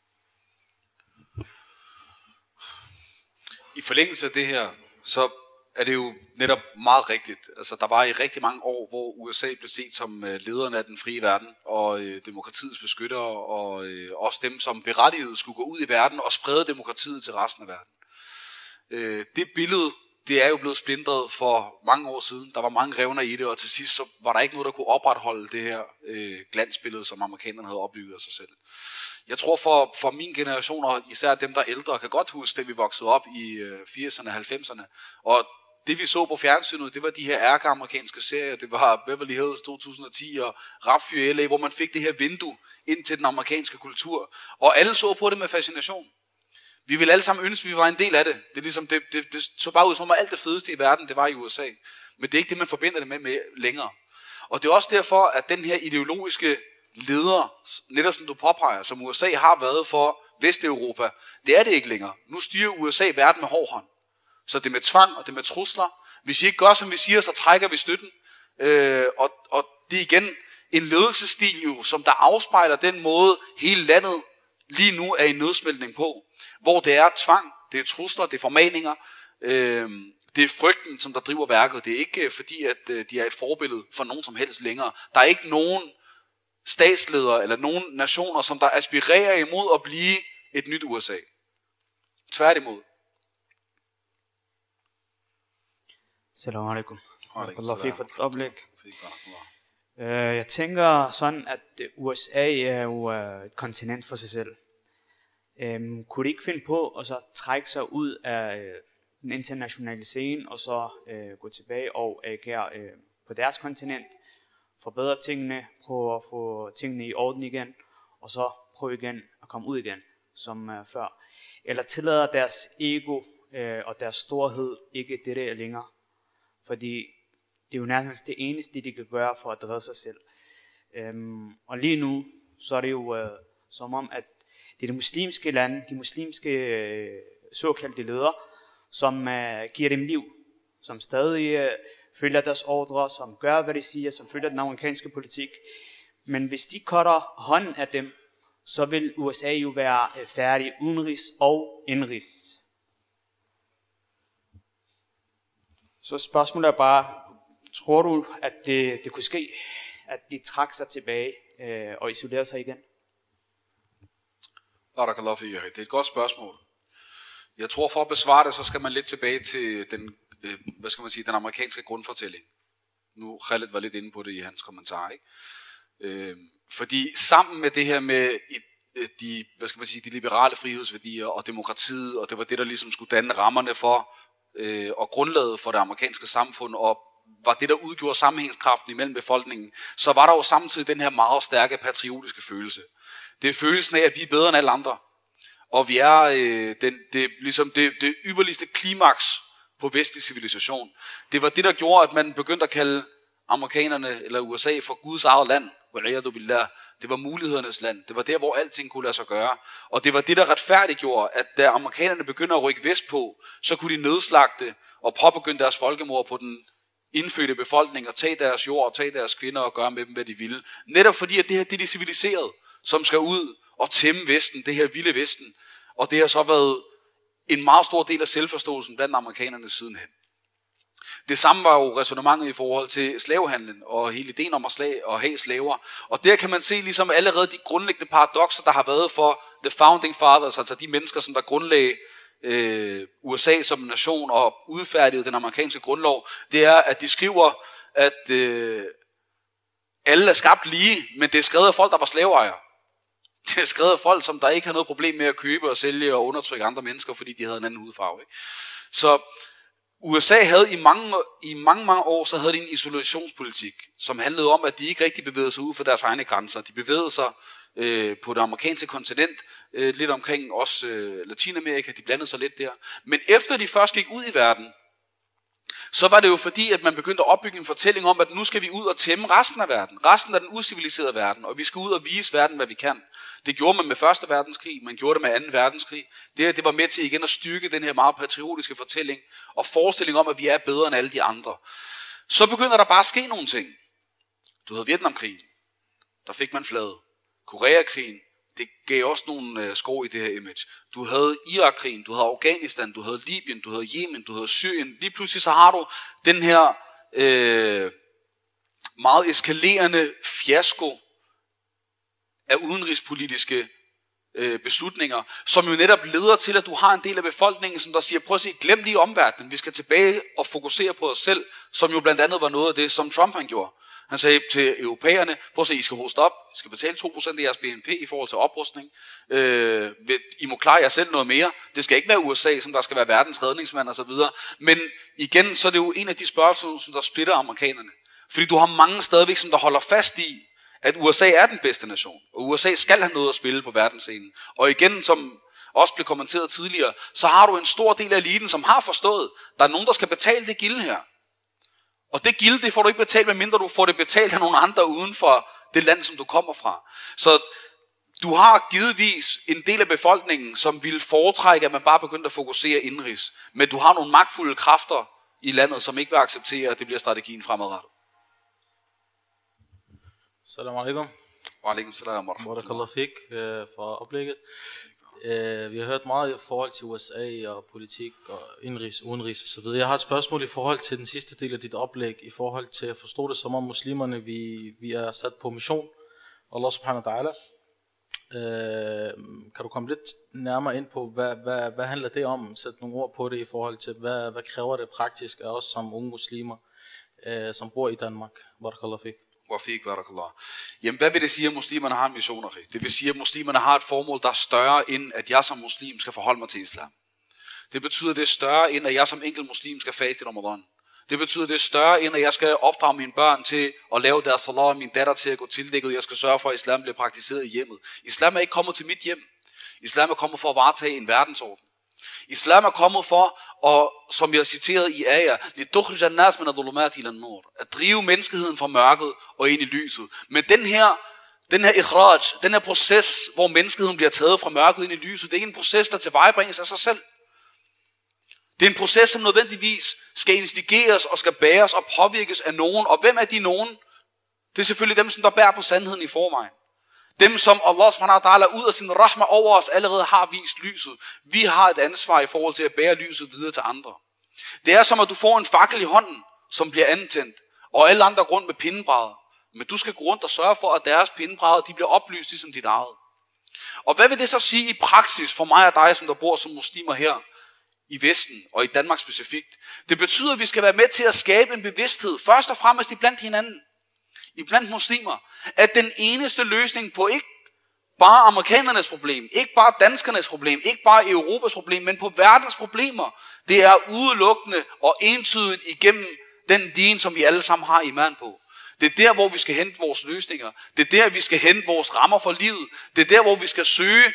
I forlængelse af det her, så er det jo netop meget rigtigt. Altså, der var i rigtig mange år, hvor U S A blev set som øh, lederne af den frie verden, og øh, demokratiets beskyttere, og øh, også dem, som berettiget skulle gå ud i verden og sprede demokratiet til resten af verden. Øh, det billede, det er jo blevet splintret for mange år siden. Der var mange revner i det, og til sidst så var der ikke noget, der kunne opretholde det her øh, glansbillede, som amerikanerne havde opbygget af sig selv. Jeg tror for, for min generation, og især dem, der er ældre, kan godt huske, det vi voksede op i øh, firserne og halvfemserne. Og det vi så på fjernsynet, det var de her ærkeamerikanske serier. Det var Beverly Hills to tusind og ti og Rap Fyr L A, hvor man fik det her vindue ind til den amerikanske kultur. Og alle så på det med fascination. Vi ville alle sammen ønske, at vi var en del af det. Det, er ligesom, det, det, det så bare ud som om alt det fedeste i verden, det var i U S A. Men det er ikke det, man forbinder det med, med længere. Og det er også derfor, at den her ideologiske leder, netop som du påpeger, som U S A har været for Vesteuropa, det er det ikke længere. Nu styrer U S A verden med hård hånd. Så det er med tvang, og det er med trusler. Hvis I ikke gør, som vi siger, så trækker vi støtten. Øh, og, og det er igen en ledelsesstil, jo, som der afspejler den måde, hele landet lige nu er i nødsmeltning på. Hvor det er tvang, det er trusler, det er formaninger, øh, det er frygten, som der driver værket. Det er ikke fordi, at øh, de er et forbillede for nogen som helst længere. Der er ikke nogen statsledere eller nogen nationer, som der aspirerer imod at blive et nyt U S A. Tværtimod. Salam alaikum. Alaikum Allah fik for et oplæg. Fik barakallah. Øh, Jeg tænker sådan, at U S A er jo øh, et kontinent for sig selv. Øhm, kunne de ikke finde på at så trække sig ud af øh, den internationale scene, og så øh, gå tilbage og agere øh, på deres kontinent, forbedre tingene, prøve at få tingene i orden igen, og så prøve igen at komme ud igen, som øh, før. Eller tillader deres ego øh, og deres storhed ikke det der længere. Fordi det er jo nærmest det eneste, de kan gøre for at redde sig selv. Øhm, og lige nu, så er det jo øh, som om, at det er de muslimske lande, de muslimske øh, såkaldte ledere, som øh, giver dem liv, som stadig øh, følger deres ordre, som gør, hvad de siger, som følger den amerikanske politik. Men hvis de cutter hånden af dem, så vil U S A jo være øh, færdig udenrigs og indrigs. Så spørgsmålet er bare, tror du, at det, det kunne ske, at de trak sig tilbage øh, og isolerede sig igen? Barakallah fik. Det er et godt spørgsmål. Jeg tror, for at besvare det, så skal man lidt tilbage til den, øh, hvad skal man sige, den amerikanske grundfortælling. Nu Khaled var lidt inde på det i hans kommentar, ikke? Øh, fordi sammen med det her med et, de, hvad skal man sige, de liberale frihedsværdier og demokratiet, og det var det, der ligesom skulle danne rammerne for øh, og grundlaget for det amerikanske samfund, og var det, der udgjorde sammenhængskraften imellem befolkningen, så var der jo samtidig den her meget stærke patriotiske følelse. Det er følelsen af, at vi er bedre end alle andre. Og vi er øh, den, det, ligesom det, det ypperligste klimaks på vestlig civilisation. Det var det, der gjorde, at man begyndte at kalde amerikanerne eller U S A for Guds eget land. Det var mulighedernes land. Det var der, hvor alting kunne lade sig gøre. Og det var det, der retfærdiggjorde, at da amerikanerne begyndte at rykke vestpå, så kunne de nedslagte og påbegynde deres folkemord på den indfødte befolkning og tage deres jord og tage deres kvinder og gøre med dem, hvad de ville. Netop fordi, at det her det er de civiliserede, som skal ud og tæmme Vesten, det her vilde Vesten. Og det har så været en meget stor del af selvforståelsen blandt amerikanerne sidenhen. Det samme var jo ræsonnementet i forhold til slavehandlen og hele ideen om at, slag, at have slaver. Og der kan man se ligesom allerede de grundlæggende paradokser, der har været for the founding fathers, altså de mennesker, som der grundlagde øh, U S A som nation og udfærdigede den amerikanske grundlov. Det er, at de skriver, at øh, alle er skabt lige, men det er skrevet af folk, der var slaveejere. Det er skrevet af folk, som der ikke har noget problem med at købe og sælge og undertrykke andre mennesker, fordi de havde en anden hudfarve. Ikke? Så U S A havde i mange, i mange, mange år, så havde de en isolationspolitik, som handlede om, at de ikke rigtig bevægede sig ud for deres egne grænser. De bevægede sig øh, på det amerikanske kontinent, øh, lidt omkring også øh, Latinamerika, de blandede sig lidt der. Men efter de først gik ud i verden, så var det jo fordi, at man begyndte at opbygge en fortælling om, at nu skal vi ud og tæmme resten af verden, resten af den usiviliserede verden, og vi skal ud og vise verden, hvad vi kan. Det gjorde man med første verdenskrig, man gjorde det med anden verdenskrig. Det her, det var med til igen at styrke den her meget patriotiske fortælling, og forestilling om, at vi er bedre end alle de andre. Så begynder der bare at ske nogle ting. Du havde Vietnamkrigen, der fik man flaget. Koreakrigen, det gav også nogle øh, skår i det her image. Du havde Irak-krigen, du havde Afghanistan, du havde Libyen, du havde Yemen, du havde Syrien. Lige pludselig så har du den her øh, meget eskalerende fiasko af udenrigspolitiske øh, beslutninger, som jo netop leder til, at du har en del af befolkningen, som der siger, prøv at se, glem lige omverdenen, vi skal tilbage og fokusere på os selv, som jo blandt andet var noget af det, som Trump han gjorde. Han sagde til europæerne, prøv at se, I skal hoste op, I skal betale to procent af jeres B N P i forhold til oprustning, øh, I må klare jer selv noget mere, det skal ikke være U S A, som der skal være verdens redningsmand og så videre, men igen, så er det jo en af de spørgsmål, som der splitter amerikanerne, fordi du har mange stadigvæk, som der holder fast i, at U S A er den bedste nation, og U S A skal have noget at spille på verdensscenen. Og igen, som også blev kommenteret tidligere, så har du en stor del af eliten, som har forstået, der er nogen, der skal betale det gilde her. Og det gilde, det får du ikke betalt, medmindre du får det betalt af nogle andre uden for det land, som du kommer fra. Så du har givetvis en del af befolkningen, som vil foretrække, at man bare begynder at fokusere indenrigs. Men du har nogle magtfulde kræfter i landet, som ikke vil acceptere, at det bliver strategien fremadrettet. Salam alaikum. Wa alaikum salam wa rahmatullah. Barakallah fik for oplægget. Vi har hørt meget i forhold til U S A og politik og indrigs, udenrigs osv. Jeg har et spørgsmål i forhold til den sidste del af dit oplæg, i forhold til at forstå det som om muslimerne, vi, vi er sat på mission. Allah subhanahu wa ta'ala. Øh, kan du komme lidt nærmere ind på, hvad, hvad, hvad handler det om? Sæt nogle ord på det i forhold til, hvad, hvad kræver det praktisk af os som unge muslimer, øh, som bor i Danmark? Barakallah fik. Jamen, hvad vil det sige, at muslimerne har en mission? Det vil sige, at muslimerne har et formål, der er større end, at jeg som muslim skal forholde mig til islam. Det betyder, at det er større end, at jeg som enkelt muslim skal faste i Ramadan. Det betyder, at det er større end, at jeg skal opdrage mine børn til at lave deres salat, og min datter til at gå tildækket. Jeg skal sørge for, at islam bliver praktiseret i hjemmet. Islam er ikke kommet til mit hjem. Islam er kommet for at varetage en verdensorden. Islam er kommet for, og som jeg citerede i Aya, at drive menneskeheden fra mørket og ind i lyset. Men den her, den her ikhraj, den her proces, hvor menneskeheden bliver taget fra mørket ind i lyset, det er ikke en proces, der tilvejebringes af sig selv. Det er en proces, som nødvendigvis skal instigeres og skal bæres og påvirkes af nogen. Og hvem er de nogen? Det er selvfølgelig dem, som der bærer på sandheden i forvejen. Dem, som Allah subhanahu wa ta'ala ud af sin rahma over os allerede har vist lyset. Vi har et ansvar i forhold til at bære lyset videre til andre. Det er som, at du får en fakkel i hånden, som bliver antændt, og alle andre går rundt med pindebrædder. Men du skal gå rundt og sørge for, at deres pindebrædder de bliver oplyst ligesom dit eget. Og hvad vil det så sige i praksis for mig og dig, som der bor som muslimer her i Vesten og i Danmark specifikt? Det betyder, at vi skal være med til at skabe en bevidsthed, først og fremmest iblandt hinanden, iblandt muslimer, at den eneste løsning på ikke bare amerikanernes problem, ikke bare danskernes problem, ikke bare Europas problem, men på verdens problemer, det er udelukkende og entydigt igennem den din, som vi alle sammen har iman på. Det er der, hvor vi skal hente vores løsninger. Det er der, vi skal hente vores rammer for livet. Det er der, hvor vi skal søge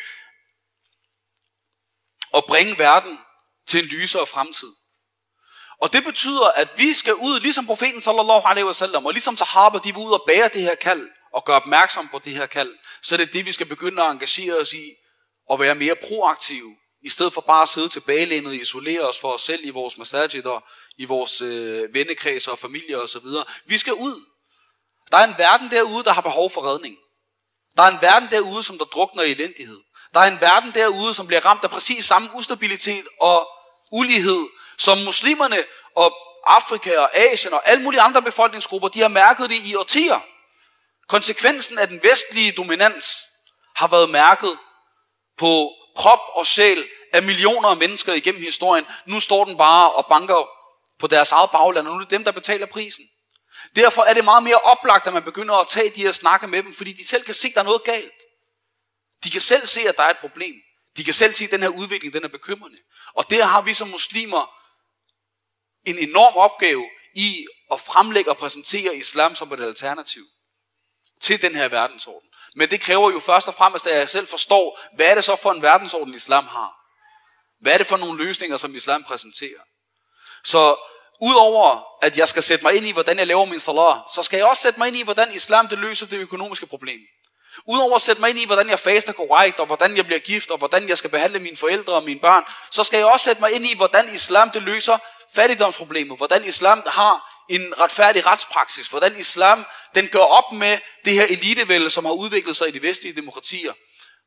og bringe verden til en lysere fremtid. Og det betyder, at vi skal ud, ligesom profeten sallallahu alaihi wasallam, og ligesom sahaba, de var ud og bære det her kald, og gøre opmærksom på det her kald, så er det det, vi skal begynde at engagere os i, og være mere proaktive, i stedet for bare at sidde tilbagelænet og isolere os for os selv i vores masajider, i vores øh, vennekredser og familier osv. Vi skal ud. Der er en verden derude, der har behov for redning. Der er en verden derude, som der drukner i elendighed. Der er en verden derude, som bliver ramt af præcis samme ustabilitet og ulighed, som muslimerne og Afrika og Asien og alle mulige andre befolkningsgrupper, de har mærket det i årtier. Konsekvensen af den vestlige dominans har været mærket på krop og sjæl af millioner af mennesker igennem historien. Nu står den bare og banker på deres eget bagland, og nu er det dem, der betaler prisen. Derfor er det meget mere oplagt, at man begynder at tage de her snakke med dem, fordi de selv kan se, at der er noget galt. De kan selv se, at der er et problem. De kan selv se, at den her udvikling, den er bekymrende. Og der har vi som muslimer en enorm opgave i at fremlægge og præsentere islam som et alternativ til den her verdensorden. Men det kræver jo først og fremmest, at jeg selv forstår, hvad er det så for en verdensorden, islam har? Hvad er det for nogle løsninger, som islam præsenterer? Så udover at jeg skal sætte mig ind i, hvordan jeg laver min salat, så skal jeg også sætte mig ind i, hvordan islam det løser det økonomiske problem. Udover at sætte mig ind i, hvordan jeg faster korrekt, og hvordan jeg bliver gift, og hvordan jeg skal behandle mine forældre og mine børn, så skal jeg også sætte mig ind i, hvordan islam det løser fattigdomsproblemet, hvordan islam har en retfærdig retspraksis, hvordan islam den gør op med det her elitevælde, som har udviklet sig i de vestlige demokratier,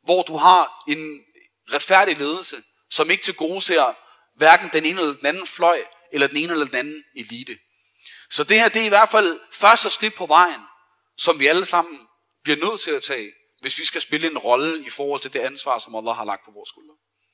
hvor du har en retfærdig ledelse, som ikke tilgodeser hverken den ene eller den anden fløj, eller den ene eller den anden elite. Så det her, det er i hvert fald første skridt på vejen, som vi alle sammen bliver nødt til at tage, hvis vi skal spille en rolle i forhold til det ansvar, som Allah har lagt på vores skuldre.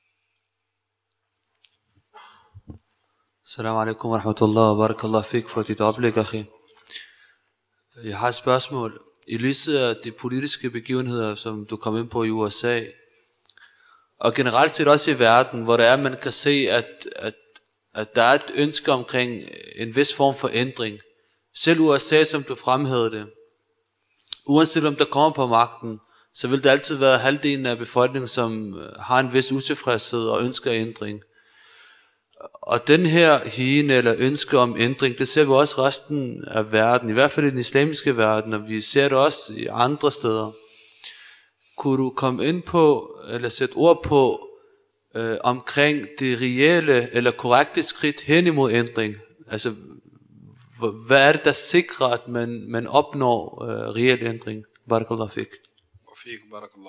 Assalamu alaikum wa rahmatullah wa barakallahu fik for dit oplæg, akhi. Jeg har et spørgsmål. I lyset af de politiske begivenheder, som du kom ind på i U S A, og generelt set også i verden, hvor det er, man kan se, at, at, at der er et ønske omkring en vis form for ændring. Selv U S A, som du fremhævede det, uanset om der kommer på magten, så vil der altid være halvdelen af befolkningen, som har en vis utilfredshed og ønsker ændring. Og den her hine eller ønske om ændring, det ser vi også resten af verden, i hvert fald i den islamiske verden, og vi ser det også i andre steder. Kunne du komme ind på, eller sætte ord på, øh, omkring det reelle eller korrekte skridt hen imod ændring? Altså, hvad er det, der sikrer, at man, man opnår øh, reel ændring? Barakallahu fik. Barakallah.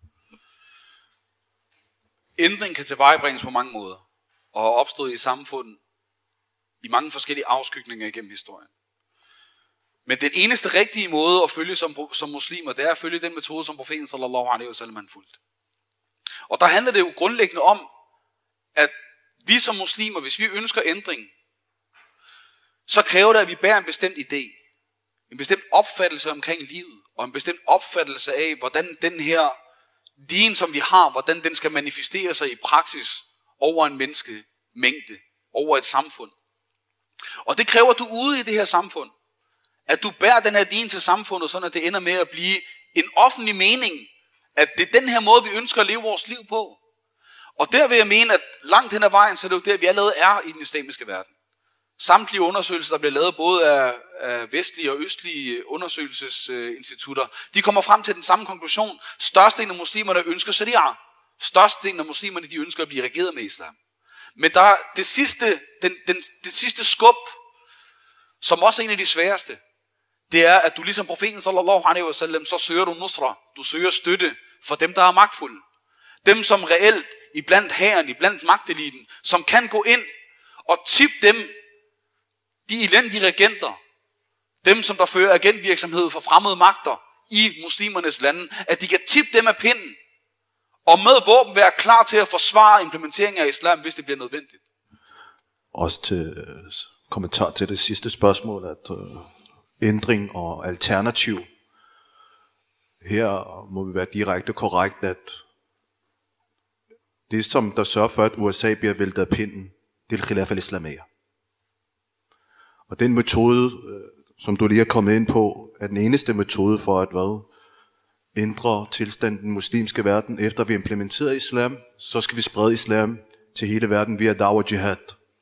Ændring kan tilvejebringes på mange måder, og har opstået i samfundet i mange forskellige afskygninger igennem historien. Men den eneste rigtige måde at følge som, som muslimer, det er at følge den metode, som profeten sallallahu alaihi wasallam han fulgte. Og der handler det jo grundlæggende om, at vi som muslimer, hvis vi ønsker ændring, så kræver det, at vi bærer en bestemt idé, en bestemt opfattelse omkring livet, og en bestemt opfattelse af, hvordan den her din, som vi har, hvordan den skal manifestere sig i praksis over en menneskemængde, over et samfund. Og det kræver, at du ude i det her samfund, at du bærer den her din til samfundet, sådan at det ender med at blive en offentlig mening, at det er den her måde, vi ønsker at leve vores liv på. Og der vil jeg mene, at langt hen ad vejen, så er det jo der, vi allerede er i den islamiske verden. Samtlige undersøgelser, der bliver lavet både af, af vestlige og østlige undersøgelsesinstitutter, de kommer frem til den samme konklusion. Størstedelen af muslimerne ønsker sharia. Størstedelen af muslimerne, de ønsker at blive regeret med islam. Men der er det sidste, den, den, det sidste skub, som også er en af de sværeste, det er, at du ligesom profeten sallallahu alaihi wasallam, så søger du nusra, du søger støtte for dem, der er magtfulde. Dem, som reelt, iblandt hæren, iblandt magteliten, som kan gå ind og tippe dem, de elendige regenter, dem, som der fører agentvirksomhed for fremmede magter i muslimernes lande, at de kan tippe dem af pinden, og med våben være klar til at forsvare implementeringen af islam, hvis det bliver nødvendigt. Også til uh, kommentar til det sidste spørgsmål, at uh, ændring og alternativ. Her må vi være direkte korrekt, at det, som der sørger for, at U S A bliver væltet af pinden, det er Khilaf al-Islamiyya. Og den metode, som du lige er kommet ind på, er den eneste metode for at hvad? Ændre tilstanden i den muslimske verden. Efter vi implementerer islam, så skal vi sprede islam til hele verden via da'wah jihad.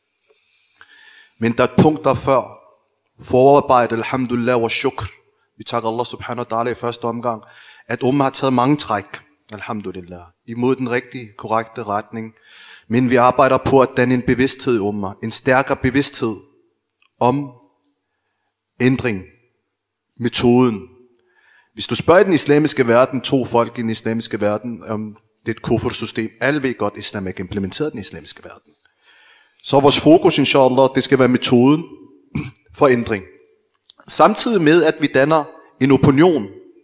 Men der er et punkt der før. Forarbejde, alhamdulillah wa shukr. Vi takker Allah subhanahu wa ta'ala i første omgang, at umma har taget mange træk, alhamdulillah, imod den rigtige, korrekte retning. Men vi arbejder på at danne en bevidsthed i umma, en stærkere bevidsthed om ændring, metoden. Hvis du spørger i den islamiske verden, to folk i den islamiske verden, om det er et kufr-system, alle ved godt, at islam ikke implementeret i den islamiske verden. Så vores fokus, inshallah, det skal være metoden for ændring. Samtidig med, at vi danner en opinion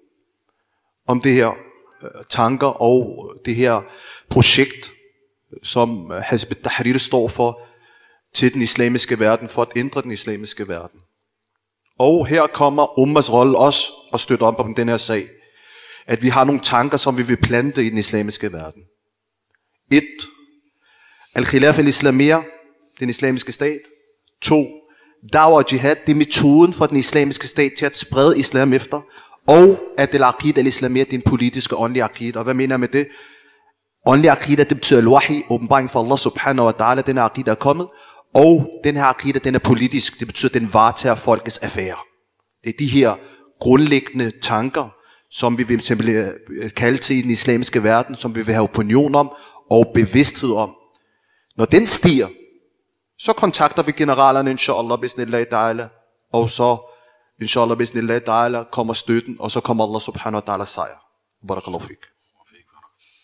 om det her øh, tanker og det her projekt, som Hizb ut-Tahrir står for, til den islamiske verden, for at ændre den islamiske verden. Og her kommer ummas rolle også at støtte op om den her sag. At vi har nogle tanker, som vi vil plante i den islamiske verden. Et, al-Khilaf al-Islamiyya, den islamiske stat. To, da'wah jihad, det er metoden for den islamiske stat til at sprede islam efter. Og at al-Aqid al-Islamiyya, det er en politisk og åndelig aqid. Og hvad mener jeg med det? Åndelig aqid, det betyder al-Wahi, åbenbaring for Allah subhanahu wa ta'ala, den her aqid er kommet. Og den her aqida, den er politisk. Det betyder, at den varetager folkets affærer. Det er de her grundlæggende tanker, som vi vil kalde til i den islamiske verden, som vi vil have opinion om og bevidsthed om. Når den stiger, så kontakter vi generalerne, inshallah, bismillah ta'ala, og så, inshallah, bismillah ta'ala, kommer støtten, og så kommer Allah subhanahu wa ta'ala sejr. Barakallahu fik.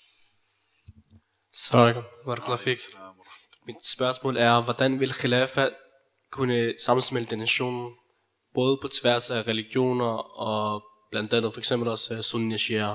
Så Barakallahu. Mit spørgsmål er, hvordan vil khilafa kunne sammensmelte nationen, både på tværs af religioner og blandt andet for eksempel også sunni shia?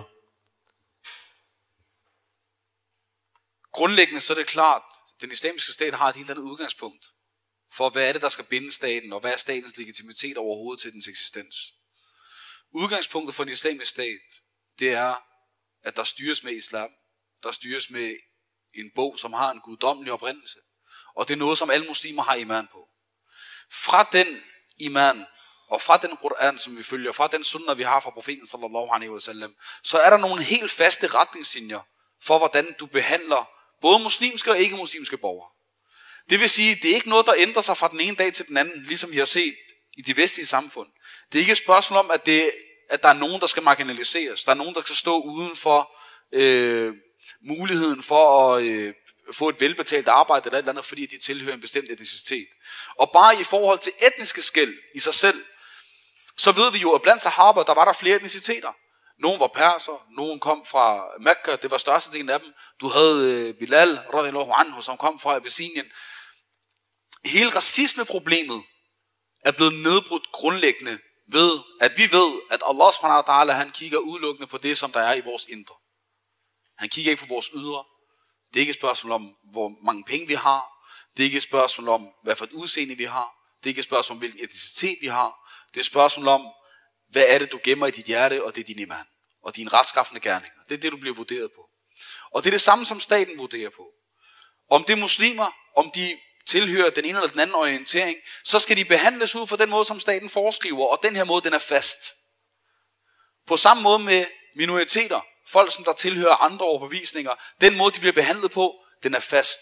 Grundlæggende så er det klart, at den islamiske stat har et helt andet udgangspunkt for, hvad er det, der skal binde staten, og hvad er statens legitimitet overhovedet til dens eksistens. Udgangspunktet for en islamisk stat, det er, at der styres med islam, der styres med en bog, som har en guddommelig oprindelse, og det er noget, som alle muslimer har iman på. Fra den iman, og fra den Koran, som vi følger, fra den sunnah, vi har fra profeten sallallahu alaihi wasallam, så er der nogle helt faste retningslinjer for, hvordan du behandler både muslimske og ikke-muslimske borgere. Det vil sige, det er ikke noget, der ændrer sig fra den ene dag til den anden, ligesom vi har set i de vestlige samfund. Det er ikke et spørgsmål om, at, det, at der er nogen, der skal marginaliseres. Der er nogen, der skal stå uden for øh, muligheden for at øh, få et velbetalt arbejde eller et eller andet, fordi de tilhører en bestemt etnicitet. Og bare i forhold til etniske skel i sig selv, så ved vi jo, at blandt sahaber, der var der flere etniciteter. Nogle var perser, nogle kom fra Mekka, det var størstedelen af dem. Du havde Bilal, radhiyallahu anhu, som kom fra Abyssinien. Hele racismeproblemet er blevet nedbrudt grundlæggende ved, at vi ved, at Allah subhanahu wa ta'ala, han kigger udelukkende på det, som der er i vores indre. Han kigger ikke på vores ydre. Det er ikke et spørgsmål om, hvor mange penge vi har. Det er ikke et spørgsmål om, hvad for et udseende vi har. Det er ikke et spørgsmål om, hvilken etnicitet vi har. Det er et spørgsmål om, hvad er det, du gemmer i dit hjerte, og det er din iman. Og dine retskaffende gerninger. Det er det, du bliver vurderet på. Og det er det samme, som staten vurderer på. Om det er muslimer, om de tilhører den ene eller den anden orientering, så skal de behandles ud fra den måde, som staten foreskriver, og den her måde, den er fast. På samme måde med minoriteter, folk, som der tilhører andre overbevisninger, den måde, de bliver behandlet på, den er fast.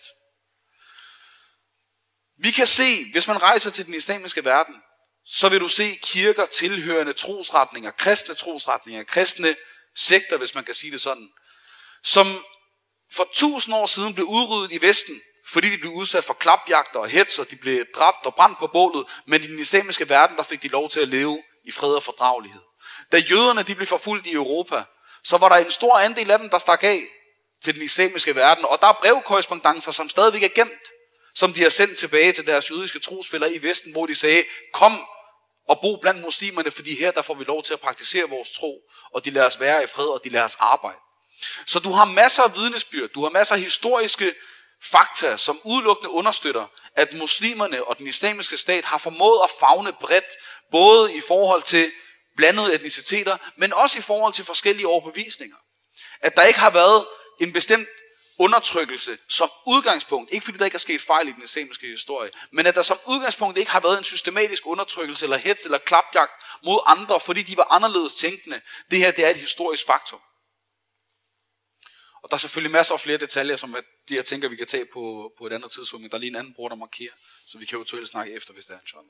Vi kan se, hvis man rejser til den islamiske verden, så vil du se kirker tilhørende trosretninger, kristne trosretninger, kristne sekter, hvis man kan sige det sådan, som for tusind år siden blev udryddet i Vesten, fordi de blev udsat for klapjagter og hets, og de blev dræbt og brændt på bålet, men i den islamiske verden, der fik de lov til at leve i fred og fordragelighed. Da jøderne de blev forfulgt i Europa, så var der en stor andel af dem, der stak af til den islamiske verden, og der er brevkorrespondancer, som stadigvæk er gemt, som de har sendt tilbage til deres jødiske trosfæller i Vesten, hvor de sagde, kom og bo blandt muslimerne, fordi her der får vi lov til at praktisere vores tro, og de lader os være i fred, og de lader os arbejde. Så du har masser af vidnesbyrd, du har masser af historiske fakta, som udelukkende understøtter, at muslimerne og den islamiske stat har formået at favne bredt, både i forhold til blandede etniciteter, men også i forhold til forskellige overbevisninger. At der ikke har været en bestemt undertrykkelse som udgangspunkt, ikke fordi der ikke er sket fejl i den islamiske historie, men at der som udgangspunkt ikke har været en systematisk undertrykkelse eller hets eller klapjagt mod andre, fordi de var anderledes tænkende. Det her, det er et historisk faktum. Og der er selvfølgelig masser af flere detaljer, som de jeg tænker, vi kan tage på, på et andet tidspunkt, men der er lige en anden bror, der markerer, så vi kan eventuelt snakke efter, hvis det er, inshallah.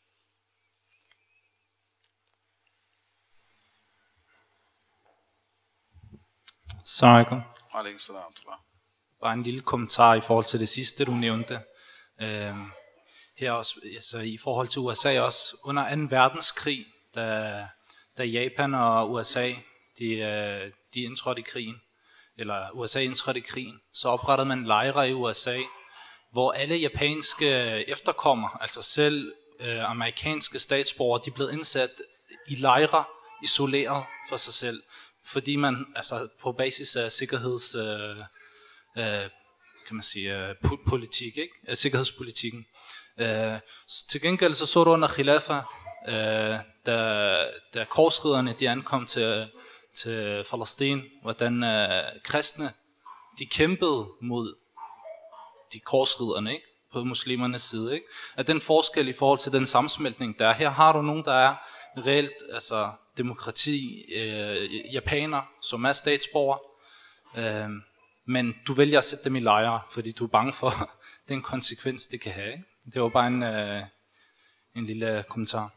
Assalamualaikum. Alaikum salam. Bare en lille kommentar i forhold til det sidste, du nævnte. Øh, her også, altså i forhold til U S A også, under anden verdenskrig, da, da Japan og U S A, de, de indtrådte i krigen, eller U S A indtrådte i krigen, så oprettede man lejre i U S A, hvor alle japanske efterkommere, altså selv øh, amerikanske statsborgere, de blev indsat i lejre, isoleret for sig selv, fordi man, altså på basis af sikkerheds, øh, øh, kan man sige, øh, politik, ikke? Af sikkerhedspolitikken. Øh, til gengæld så så du under khilafa, øh, da, da korsridderne de ankom til til Palæstina, hvordan øh, kristne de kæmpede mod de korsridderne, ikke? På muslimernes side, ikke? At den forskel i forhold til den sammensmeltning der, her har du nogen der er reelt, altså demokrati, øh, japaner, som er statsborger, øh, men du vælger at sætte dem i lejre, fordi du er bange for den konsekvens det kan have, ikke? Det var bare en øh, en lille kommentar.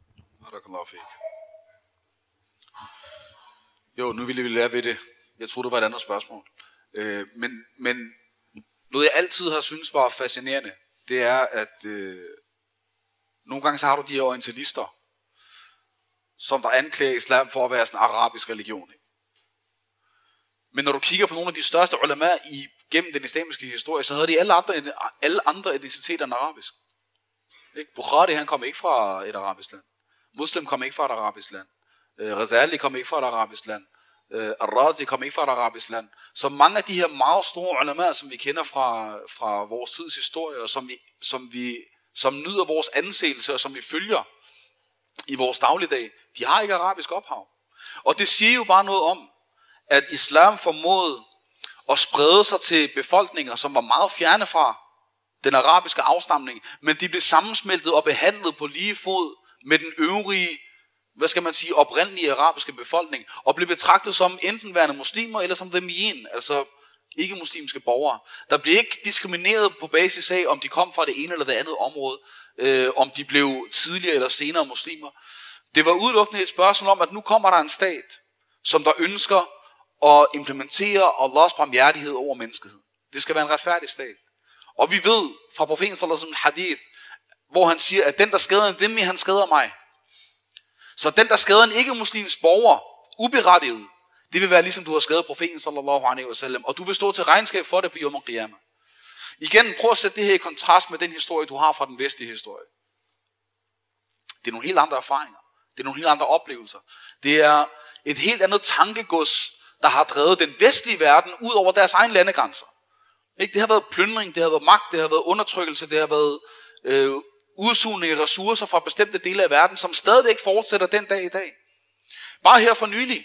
Jo, nu ville vi lære ved det. Jeg troede, det var et andet spørgsmål. Øh, men, men noget, jeg altid har syntes var fascinerende, det er, at øh, nogle gange så har du de her orientalister, som der anklager islam for at være sådan en arabisk religion. Ikke? Men når du kigger på nogle af de største ulama i gennem den islamiske historie, så havde de alle andre, alle andre etniciteter end arabisk. Ikke? Bukhari, han kom ikke fra et arabisk land. Muslim kom ikke fra et arabisk land. Uh, Ghazali kom ikke fra et arabisk land. Uh, Al-Razi kom ikke fra et arabisk land. Så mange af de her meget store ulamaer, som vi kender fra, fra vores tids historie, og som, vi, som, vi, som nyder vores anseelse, og som vi følger i vores dagligdag, de har ikke arabisk ophav. Og det siger jo bare noget om, at islam formåede at sprede sig til befolkninger, som var meget fjerne fra den arabiske afstamning, men de blev sammensmeltet og behandlet på lige fod med den øvrige, hvad skal man sige, oprindelige arabiske befolkning, og blev betragtet som enten værende muslimer, eller som demiyen, altså ikke-muslimske borgere. Der blev ikke diskrimineret på basis af, om de kom fra det ene eller det andet område, øh, om de blev tidligere eller senere muslimer. Det var udelukkende et spørgsmål om, at nu kommer der en stat, som der ønsker at implementere Allahs barmhjertighed over menneskeheden. Det skal være en retfærdig stat. Og vi ved fra profeten sallallahu alaihi wasallam hadith, hvor han siger, at den der skader en dhimmi, han skader mig. Så den der skader en ikke-muslims borger, uberettiget, det vil være ligesom du har skadet profeten sallallahu alaihi wasallam, og du vil stå til regnskab for det på Yom al-Qiyamah. Igen, prøv at sætte det her i kontrast med den historie, du har fra den vestlige historie. Det er nogle helt andre erfaringer. Det er nogle helt andre oplevelser. Det er et helt andet tankegods, der har drevet den vestlige verden ud over deres egen landegrænser. Ikke? Det har været plyndring, det har været magt, det har været undertrykkelse, det har været øh, udsugning af ressourcer fra bestemte dele af verden, som stadigvæk fortsætter den dag i dag. Bare her for nylig,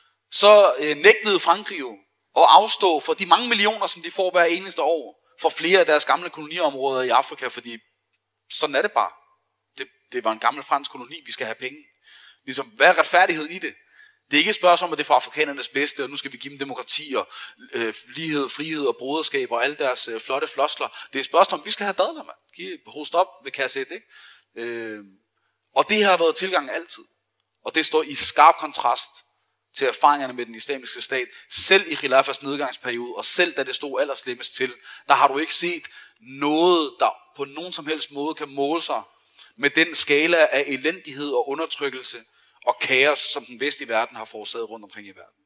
så øh, nægtede Frankrig jo at afstå for de mange millioner, som de får hver eneste år, for flere af deres gamle koloniområder i Afrika, fordi sådan er det bare. Det, det var en gammel fransk koloni, vi skal have penge. Ligesom, hvad er retfærdigheden i det? Det er ikke et spørgsmål om, at det er for afrikanernes bedste, og nu skal vi give dem demokrati og øh, lighed, frihed og broderskab og alle deres øh, flotte floskler. Det er et spørgsmål om, at vi skal have dadler, mand. Giv host op ved kasse et, ikke? Øh, og det har været tilgangen altid. Og det står i skarp kontrast til erfaringerne med den islamiske stat. Selv i Khilafas nedgangsperiode, og selv da det stod allerslimmest til, der har du ikke set noget, der på nogen som helst måde kan måle sig med den skala af elendighed og undertrykkelse og kaos, som den vestlige verden har forårsaget rundt omkring i verden.